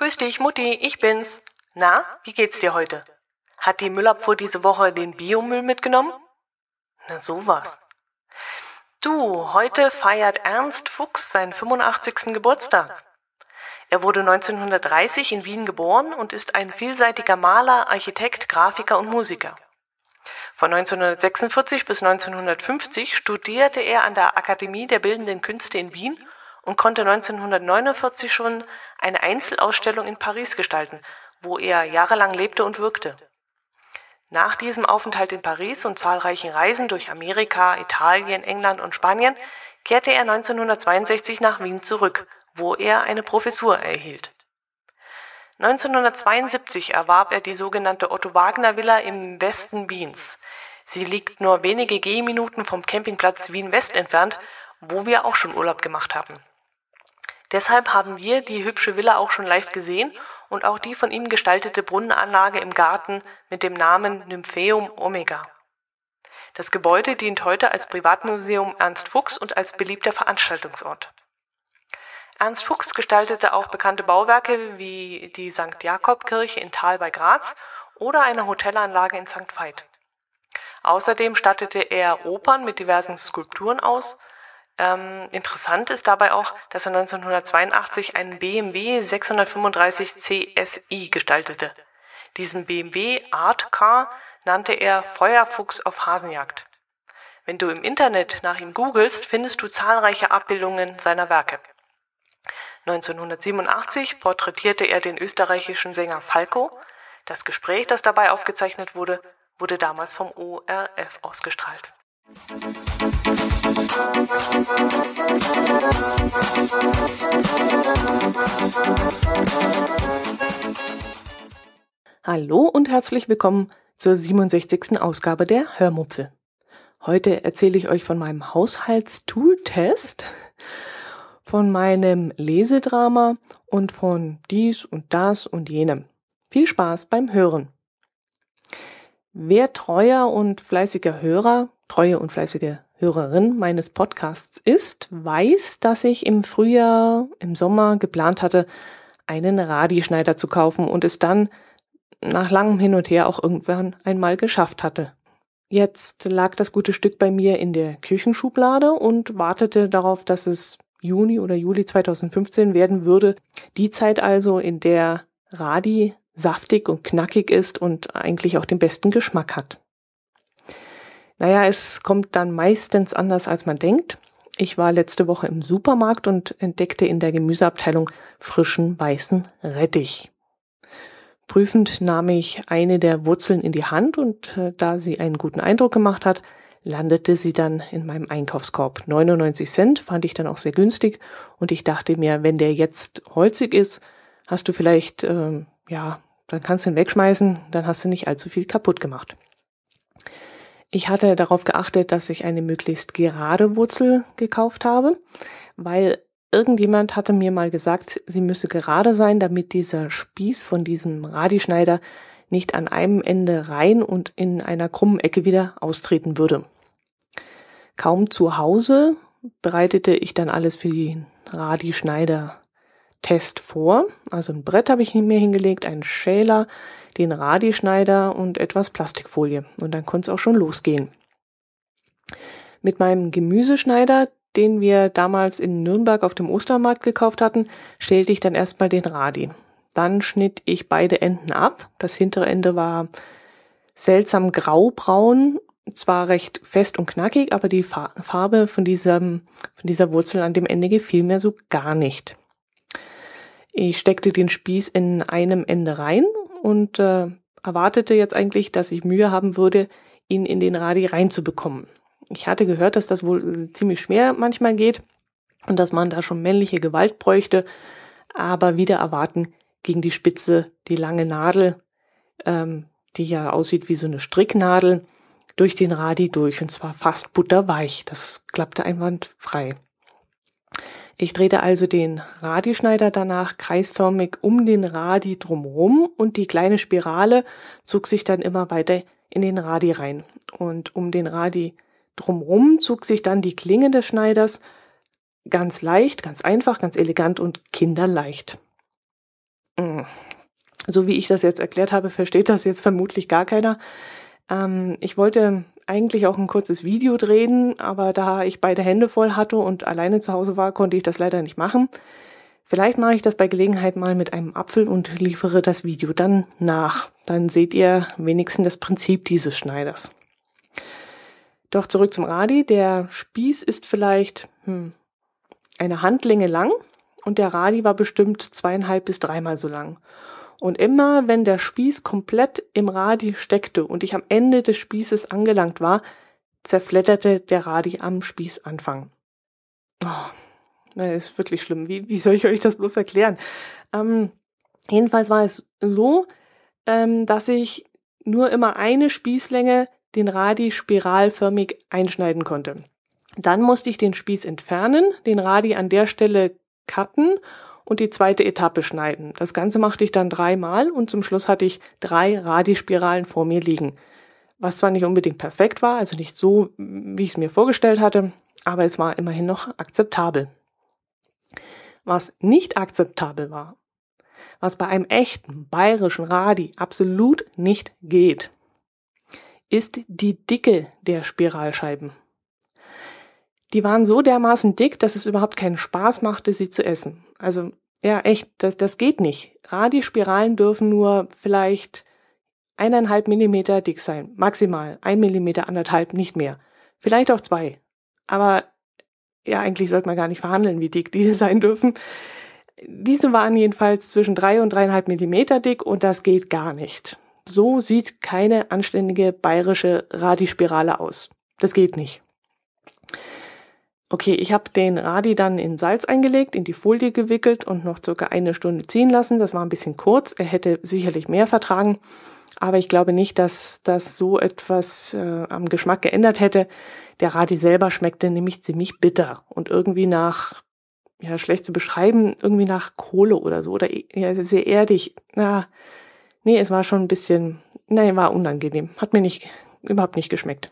Grüß dich, Mutti, ich bin's. Na, wie geht's dir heute? Hat die Müllabfuhr diese Woche den Biomüll mitgenommen? Na sowas. Du, heute feiert Ernst Fuchs seinen 85. Geburtstag. Er wurde 1930 in Wien geboren und ist ein vielseitiger Maler, Architekt, Grafiker und Musiker. Von 1946 bis 1950 studierte er an der Akademie der Bildenden Künste in Wien und konnte 1949 schon eine Einzelausstellung in Paris gestalten, wo er jahrelang lebte und wirkte. Nach diesem Aufenthalt in Paris und zahlreichen Reisen durch Amerika, Italien, England und Spanien kehrte er 1962 nach Wien zurück, wo er eine Professur erhielt. 1972 erwarb er die sogenannte Otto-Wagner-Villa im Westen Wiens. Sie liegt nur wenige Gehminuten vom Campingplatz Wien-West entfernt, wo wir auch schon Urlaub gemacht haben. Deshalb haben wir die hübsche Villa auch schon live gesehen und auch die von ihm gestaltete Brunnenanlage im Garten mit dem Namen Nymphaeum Omega. Das Gebäude dient heute als Privatmuseum Ernst Fuchs und als beliebter Veranstaltungsort. Ernst Fuchs gestaltete auch bekannte Bauwerke wie die St. Jakob-Kirche in Thal bei Graz oder eine Hotelanlage in St. Veit. Außerdem stattete er Opern mit diversen Skulpturen aus. Interessant ist dabei auch, dass er 1982 einen BMW 635 CSI gestaltete. Diesen BMW Art Car nannte er Feuerfuchs auf Hasenjagd. Wenn du im Internet nach ihm googelst, findest du zahlreiche Abbildungen seiner Werke. 1987 porträtierte er den österreichischen Sänger Falco. Das Gespräch, das dabei aufgezeichnet wurde, wurde damals vom ORF ausgestrahlt. Hallo und herzlich willkommen zur 67. Ausgabe der Hörmupfel. Heute erzähle ich euch von meinem Haushaltstool-Test, von meinem Lesedrama und von dies und das und jenem. Viel Spaß beim Hören. Wer treue und fleißige Hörerin meines Podcasts ist, weiß, dass ich im Sommer geplant hatte, einen Radi-Schneider zu kaufen und es dann nach langem Hin und Her auch irgendwann einmal geschafft hatte. Jetzt lag das gute Stück bei mir in der Küchenschublade und wartete darauf, dass es Juni oder Juli 2015 werden würde. Die Zeit also, in der Radi saftig und knackig ist und eigentlich auch den besten Geschmack hat. Naja, es kommt dann meistens anders, als man denkt. Ich war letzte Woche im Supermarkt und entdeckte in der Gemüseabteilung frischen weißen Rettich. Prüfend nahm ich eine der Wurzeln in die Hand und da sie einen guten Eindruck gemacht hat, landete sie dann in meinem Einkaufskorb. 99 Cent fand ich dann auch sehr günstig und ich dachte mir, wenn der jetzt holzig ist, hast du vielleicht, dann kannst du ihn wegschmeißen, dann hast du nicht allzu viel kaputt gemacht. Ich hatte darauf geachtet, dass ich eine möglichst gerade Wurzel gekauft habe, weil irgendjemand hatte mir mal gesagt, sie müsse gerade sein, damit dieser Spieß von diesem Radischneider nicht an einem Ende rein und in einer krummen Ecke wieder austreten würde. Kaum zu Hause bereitete ich dann alles für den Radischneider-Test vor. Also ein Brett habe ich mir hingelegt, einen Schäler, den Radischneider und etwas Plastikfolie. Und dann konnte es auch schon losgehen. Mit meinem Gemüseschneider, den wir damals in Nürnberg auf dem Ostermarkt gekauft hatten, stellte ich dann erstmal den Radi. Dann schnitt ich beide Enden ab. Das hintere Ende war seltsam graubraun, zwar recht fest und knackig, aber die Farbe von dieser Wurzel an dem Ende gefiel mir so gar nicht. Ich steckte den Spieß in einem Ende rein und erwartete jetzt eigentlich, dass ich Mühe haben würde, ihn in den Radi reinzubekommen. Ich hatte gehört, dass das wohl ziemlich schwer manchmal geht und dass man da schon männliche Gewalt bräuchte, aber wieder erwarten gegen die Spitze die lange Nadel, die ja aussieht wie so eine Stricknadel, durch den Radi durch, und zwar fast butterweich. Das klappte einwandfrei. Ich drehte also den Radischneider danach kreisförmig um den Radi drumherum und die kleine Spirale zog sich dann immer weiter in den Radi rein. Und um den Radi drumherum zog sich dann die Klinge des Schneiders ganz leicht, ganz einfach, ganz elegant und kinderleicht. So wie ich das jetzt erklärt habe, versteht das jetzt vermutlich gar keiner. Ich wollte eigentlich auch ein kurzes Video drehen, aber da ich beide Hände voll hatte und alleine zu Hause war, konnte ich das leider nicht machen. Vielleicht mache ich das bei Gelegenheit mal mit einem Apfel und liefere das Video dann nach. Dann seht ihr wenigstens das Prinzip dieses Schneiders. Doch zurück zum Radi. Der Spieß ist vielleicht eine Handlänge lang und der Radi war bestimmt 2,5 bis 3-mal so lang. Und immer, wenn der Spieß komplett im Radi steckte und ich am Ende des Spießes angelangt war, zerfledderte der Radi am Spießanfang. Das ist wirklich schlimm. Wie soll ich euch das bloß erklären? Jedenfalls war es so, dass ich nur immer eine Spießlänge den Radi spiralförmig einschneiden konnte. Dann musste ich den Spieß entfernen, den Radi an der Stelle cutten und die zweite Etappe schneiden. Das Ganze machte ich dann 3-mal und zum Schluss hatte ich 3 Radispiralen vor mir liegen. Was zwar nicht unbedingt perfekt war, also nicht so, wie ich es mir vorgestellt hatte, aber es war immerhin noch akzeptabel. Was nicht akzeptabel war, was bei einem echten bayerischen Radi absolut nicht geht, ist die Dicke der Spiralscheiben. Die waren so dermaßen dick, dass es überhaupt keinen Spaß machte, sie zu essen. Also, ja, echt, das geht nicht. Radispiralen dürfen nur vielleicht 1,5 Millimeter dick sein. Maximal 1 Millimeter, 1,5, nicht mehr. Vielleicht auch 2. Aber ja, eigentlich sollte man gar nicht verhandeln, wie dick die sein dürfen. Diese waren jedenfalls zwischen 3 und 3,5 Millimeter dick und das geht gar nicht. So sieht keine anständige bayerische Radispirale aus. Das geht nicht. Okay, ich habe den Radi dann in Salz eingelegt, in die Folie gewickelt und noch circa 1 Stunde ziehen lassen. Das war ein bisschen kurz. Er hätte sicherlich mehr vertragen. Aber ich glaube nicht, dass das so etwas am Geschmack geändert hätte. Der Radi selber schmeckte nämlich ziemlich bitter und irgendwie nach, ja, schlecht zu beschreiben, irgendwie nach Kohle oder so. Oder ja, sehr erdig. Nee, es war schon ein bisschen, war unangenehm. Hat mir überhaupt nicht geschmeckt.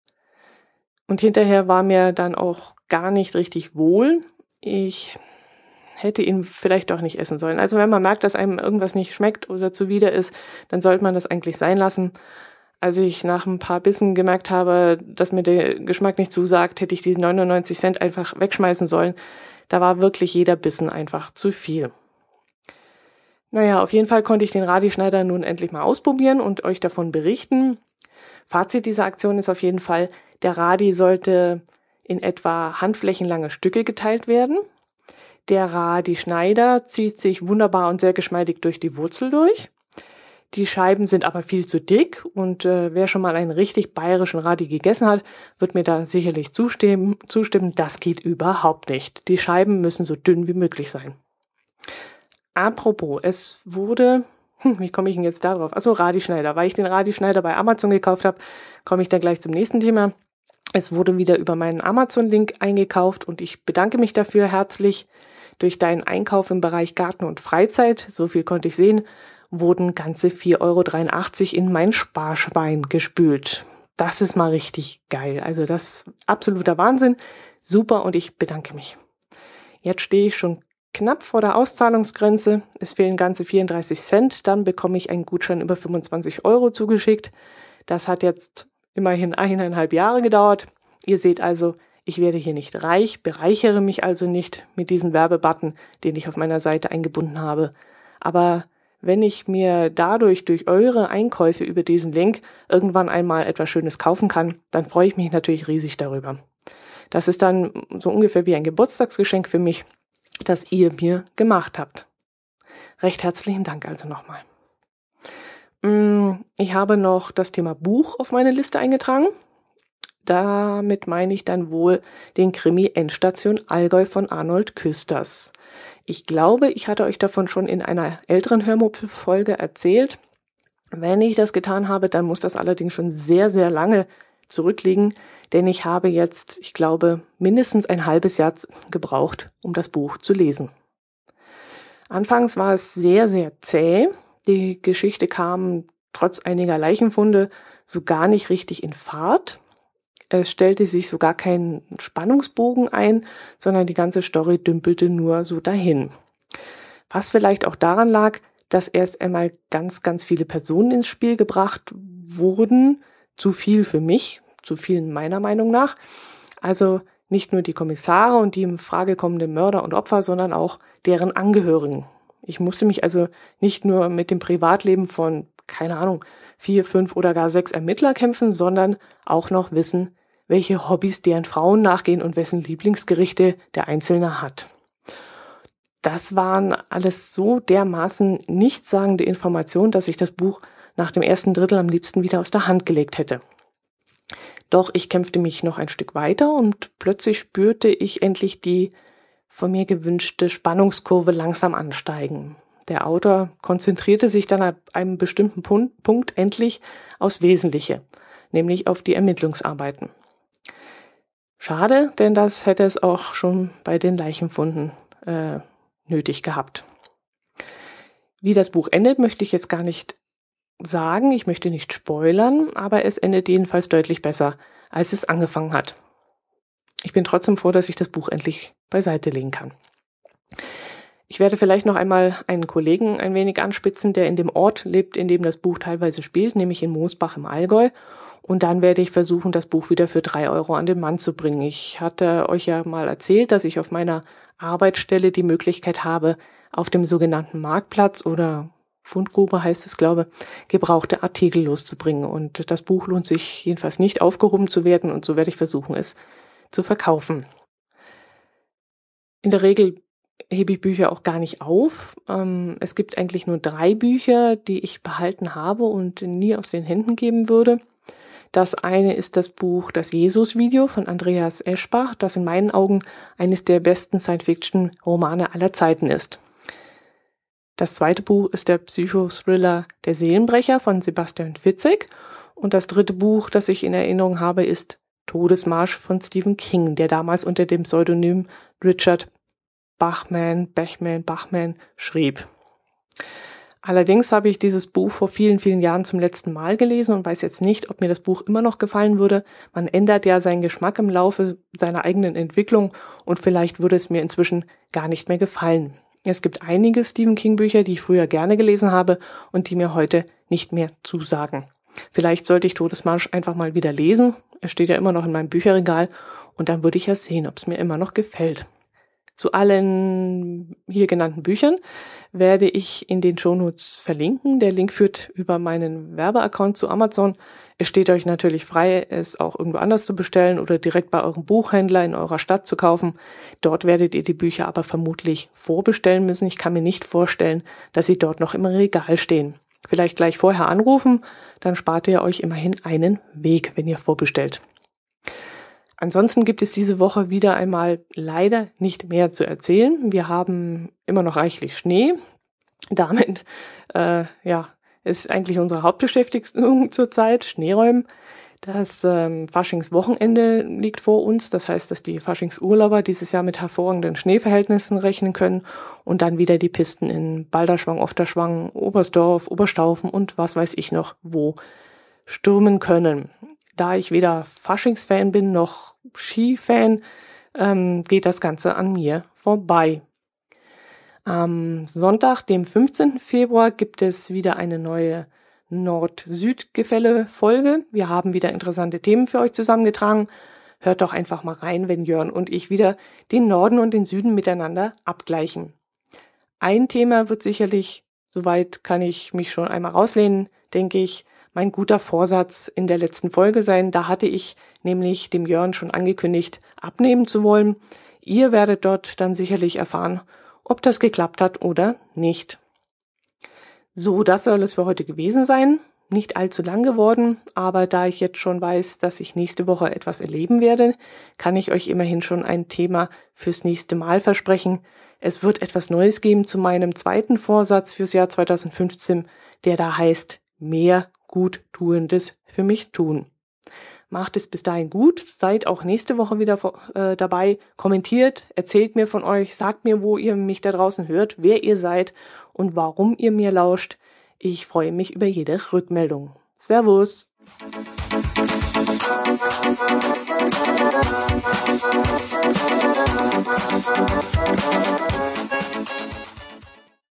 Und hinterher war mir dann auch gar nicht richtig wohl. Ich hätte ihn vielleicht doch nicht essen sollen. Also wenn man merkt, dass einem irgendwas nicht schmeckt oder zuwider ist, dann sollte man das eigentlich sein lassen. Als ich nach ein paar Bissen gemerkt habe, dass mir der Geschmack nicht zusagt, hätte ich die 99 Cent einfach wegschmeißen sollen. Da war wirklich jeder Bissen einfach zu viel. Naja, auf jeden Fall konnte ich den Radischneider nun endlich mal ausprobieren und euch davon berichten. Fazit dieser Aktion ist auf jeden Fall, der Radi sollte in etwa handflächenlange Stücke geteilt werden. Der Radischneider zieht sich wunderbar und sehr geschmeidig durch die Wurzel durch. Die Scheiben sind aber viel zu dick und wer schon mal einen richtig bayerischen Radi gegessen hat, wird mir da sicherlich zustimmen. Das geht überhaupt nicht. Die Scheiben müssen so dünn wie möglich sein. Apropos, es wurde... Wie komme ich denn jetzt da drauf? Achso, Radischneider. Weil ich den Radischneider bei Amazon gekauft habe, komme ich dann gleich zum nächsten Thema. Es wurde wieder über meinen Amazon-Link eingekauft und ich bedanke mich dafür herzlich. Durch deinen Einkauf im Bereich Garten und Freizeit, so viel konnte ich sehen, wurden ganze 4,83 € in mein Sparschwein gespült. Das ist mal richtig geil. Also das ist absoluter Wahnsinn. Super und ich bedanke mich. Jetzt stehe ich schon knapp vor der Auszahlungsgrenze. Es fehlen ganze 34 Cent. Dann bekomme ich einen Gutschein über 25 € zugeschickt. Das hat jetzt immerhin 1,5 Jahre gedauert. Ihr seht also, ich werde hier nicht reich, bereichere mich also nicht mit diesem Werbebutton, den ich auf meiner Seite eingebunden habe. Aber wenn ich mir dadurch durch eure Einkäufe über diesen Link irgendwann einmal etwas Schönes kaufen kann, dann freue ich mich natürlich riesig darüber. Das ist dann so ungefähr wie ein Geburtstagsgeschenk für mich, das ihr mir gemacht habt. Recht herzlichen Dank also nochmal. Ich habe noch das Thema Buch auf meine Liste eingetragen. Damit meine ich dann wohl den Krimi Endstation Allgäu von Arnold Küsters. Ich glaube, ich hatte euch davon schon in einer älteren Hörmupfel-Folge erzählt. Wenn ich das getan habe, dann muss das allerdings schon sehr, sehr lange zurückliegen, denn ich habe jetzt, ich glaube, mindestens ein halbes Jahr gebraucht, um das Buch zu lesen. Anfangs war es sehr, sehr zäh. Die Geschichte kam trotz einiger Leichenfunde so gar nicht richtig in Fahrt. Es stellte sich sogar kein Spannungsbogen ein, sondern die ganze Story dümpelte nur so dahin. Was vielleicht auch daran lag, dass erst einmal ganz, ganz viele Personen ins Spiel gebracht wurden. Zu viel für mich, zu viel meiner Meinung nach. Also nicht nur die Kommissare und die in Frage kommenden Mörder und Opfer, sondern auch deren Angehörigen. Ich musste mich also nicht nur mit dem Privatleben von, keine Ahnung, 4, 5 oder gar 6 Ermittler kämpfen, sondern auch noch wissen, welche Hobbys deren Frauen nachgehen und wessen Lieblingsgerichte der Einzelne hat. Das waren alles so dermaßen nichtssagende Informationen, dass ich das Buch nach dem ersten Drittel am liebsten wieder aus der Hand gelegt hätte. Doch ich kämpfte mich noch ein Stück weiter und plötzlich spürte ich endlich die von mir gewünschte Spannungskurve langsam ansteigen. Der Autor konzentrierte sich dann ab einem bestimmten Punkt endlich aufs Wesentliche, nämlich auf die Ermittlungsarbeiten. Schade, denn das hätte es auch schon bei den Leichenfunden nötig gehabt. Wie das Buch endet, möchte ich jetzt gar nicht sagen, ich möchte nicht spoilern, aber es endet jedenfalls deutlich besser, als es angefangen hat. Ich bin trotzdem froh, dass ich das Buch endlich beiseite legen kann. Ich werde vielleicht noch einmal einen Kollegen ein wenig anspitzen, der in dem Ort lebt, in dem das Buch teilweise spielt, nämlich in Moosbach im Allgäu. Und dann werde ich versuchen, das Buch wieder für 3 Euro an den Mann zu bringen. Ich hatte euch ja mal erzählt, dass ich auf meiner Arbeitsstelle die Möglichkeit habe, auf dem sogenannten Marktplatz oder Fundgrube heißt es, glaube ich, gebrauchte Artikel loszubringen. Und das Buch lohnt sich jedenfalls nicht aufgehoben zu werden und so werde ich versuchen, es zu verkaufen. In der Regel hebe ich Bücher auch gar nicht auf. Es gibt eigentlich nur 3 Bücher, die ich behalten habe und nie aus den Händen geben würde. Das eine ist das Buch Das Jesus-Video von Andreas Eschbach, das in meinen Augen eines der besten Science-Fiction-Romane aller Zeiten ist. Das zweite Buch ist der Psychothriller Der Seelenbrecher von Sebastian Fitzek. Und das dritte Buch, das ich in Erinnerung habe, ist Todesmarsch von Stephen King, der damals unter dem Pseudonym Richard Bachman schrieb. Allerdings habe ich dieses Buch vor vielen, vielen Jahren zum letzten Mal gelesen und weiß jetzt nicht, ob mir das Buch immer noch gefallen würde. Man ändert ja seinen Geschmack im Laufe seiner eigenen Entwicklung und vielleicht würde es mir inzwischen gar nicht mehr gefallen. Es gibt einige Stephen King Bücher, die ich früher gerne gelesen habe und die mir heute nicht mehr zusagen. Vielleicht sollte ich Todesmarsch einfach mal wieder lesen. Es steht ja immer noch in meinem Bücherregal und dann würde ich ja sehen, ob es mir immer noch gefällt. Zu allen hier genannten Büchern werde ich in den Shownotes verlinken. Der Link führt über meinen Werbeaccount zu Amazon. Es steht euch natürlich frei, es auch irgendwo anders zu bestellen oder direkt bei eurem Buchhändler in eurer Stadt zu kaufen. Dort werdet ihr die Bücher aber vermutlich vorbestellen müssen. Ich kann mir nicht vorstellen, dass sie dort noch im Regal stehen. Vielleicht gleich vorher anrufen, dann spart ihr euch immerhin einen Weg, wenn ihr vorbestellt. Ansonsten gibt es diese Woche wieder einmal leider nicht mehr zu erzählen. Wir haben immer noch reichlich Schnee. Damit ist eigentlich unsere Hauptbeschäftigung zurzeit Schneeräumen. Das Faschingswochenende liegt vor uns. Das heißt, dass die Faschingsurlauber dieses Jahr mit hervorragenden Schneeverhältnissen rechnen können und dann wieder die Pisten in Balderschwang, Ofterschwang, Oberstdorf, Oberstaufen und was weiß ich noch wo stürmen können. Da ich weder Faschingsfan bin noch Skifan, geht das Ganze an mir vorbei. Am Sonntag, dem 15. Februar, gibt es wieder eine neue Nord-Süd-Gefälle-Folge. Wir haben wieder interessante Themen für euch zusammengetragen. Hört doch einfach mal rein, wenn Jörn und ich wieder den Norden und den Süden miteinander abgleichen. Ein Thema wird sicherlich, soweit kann ich mich schon einmal rauslehnen, denke ich, mein guter Vorsatz in der letzten Folge sein. Da hatte ich nämlich dem Jörn schon angekündigt, abnehmen zu wollen. Ihr werdet dort dann sicherlich erfahren, ob das geklappt hat oder nicht. So, das soll es für heute gewesen sein. Nicht allzu lang geworden, aber da ich jetzt schon weiß, dass ich nächste Woche etwas erleben werde, kann ich euch immerhin schon ein Thema fürs nächste Mal versprechen. Es wird etwas Neues geben zu meinem zweiten Vorsatz fürs Jahr 2015, der da heißt, mehr Guttuendes für mich tun. Macht es bis dahin gut, seid auch nächste Woche wieder dabei, kommentiert, erzählt mir von euch, sagt mir, wo ihr mich da draußen hört, wer ihr seid und warum ihr mir lauscht. Ich freue mich über jede Rückmeldung. Servus!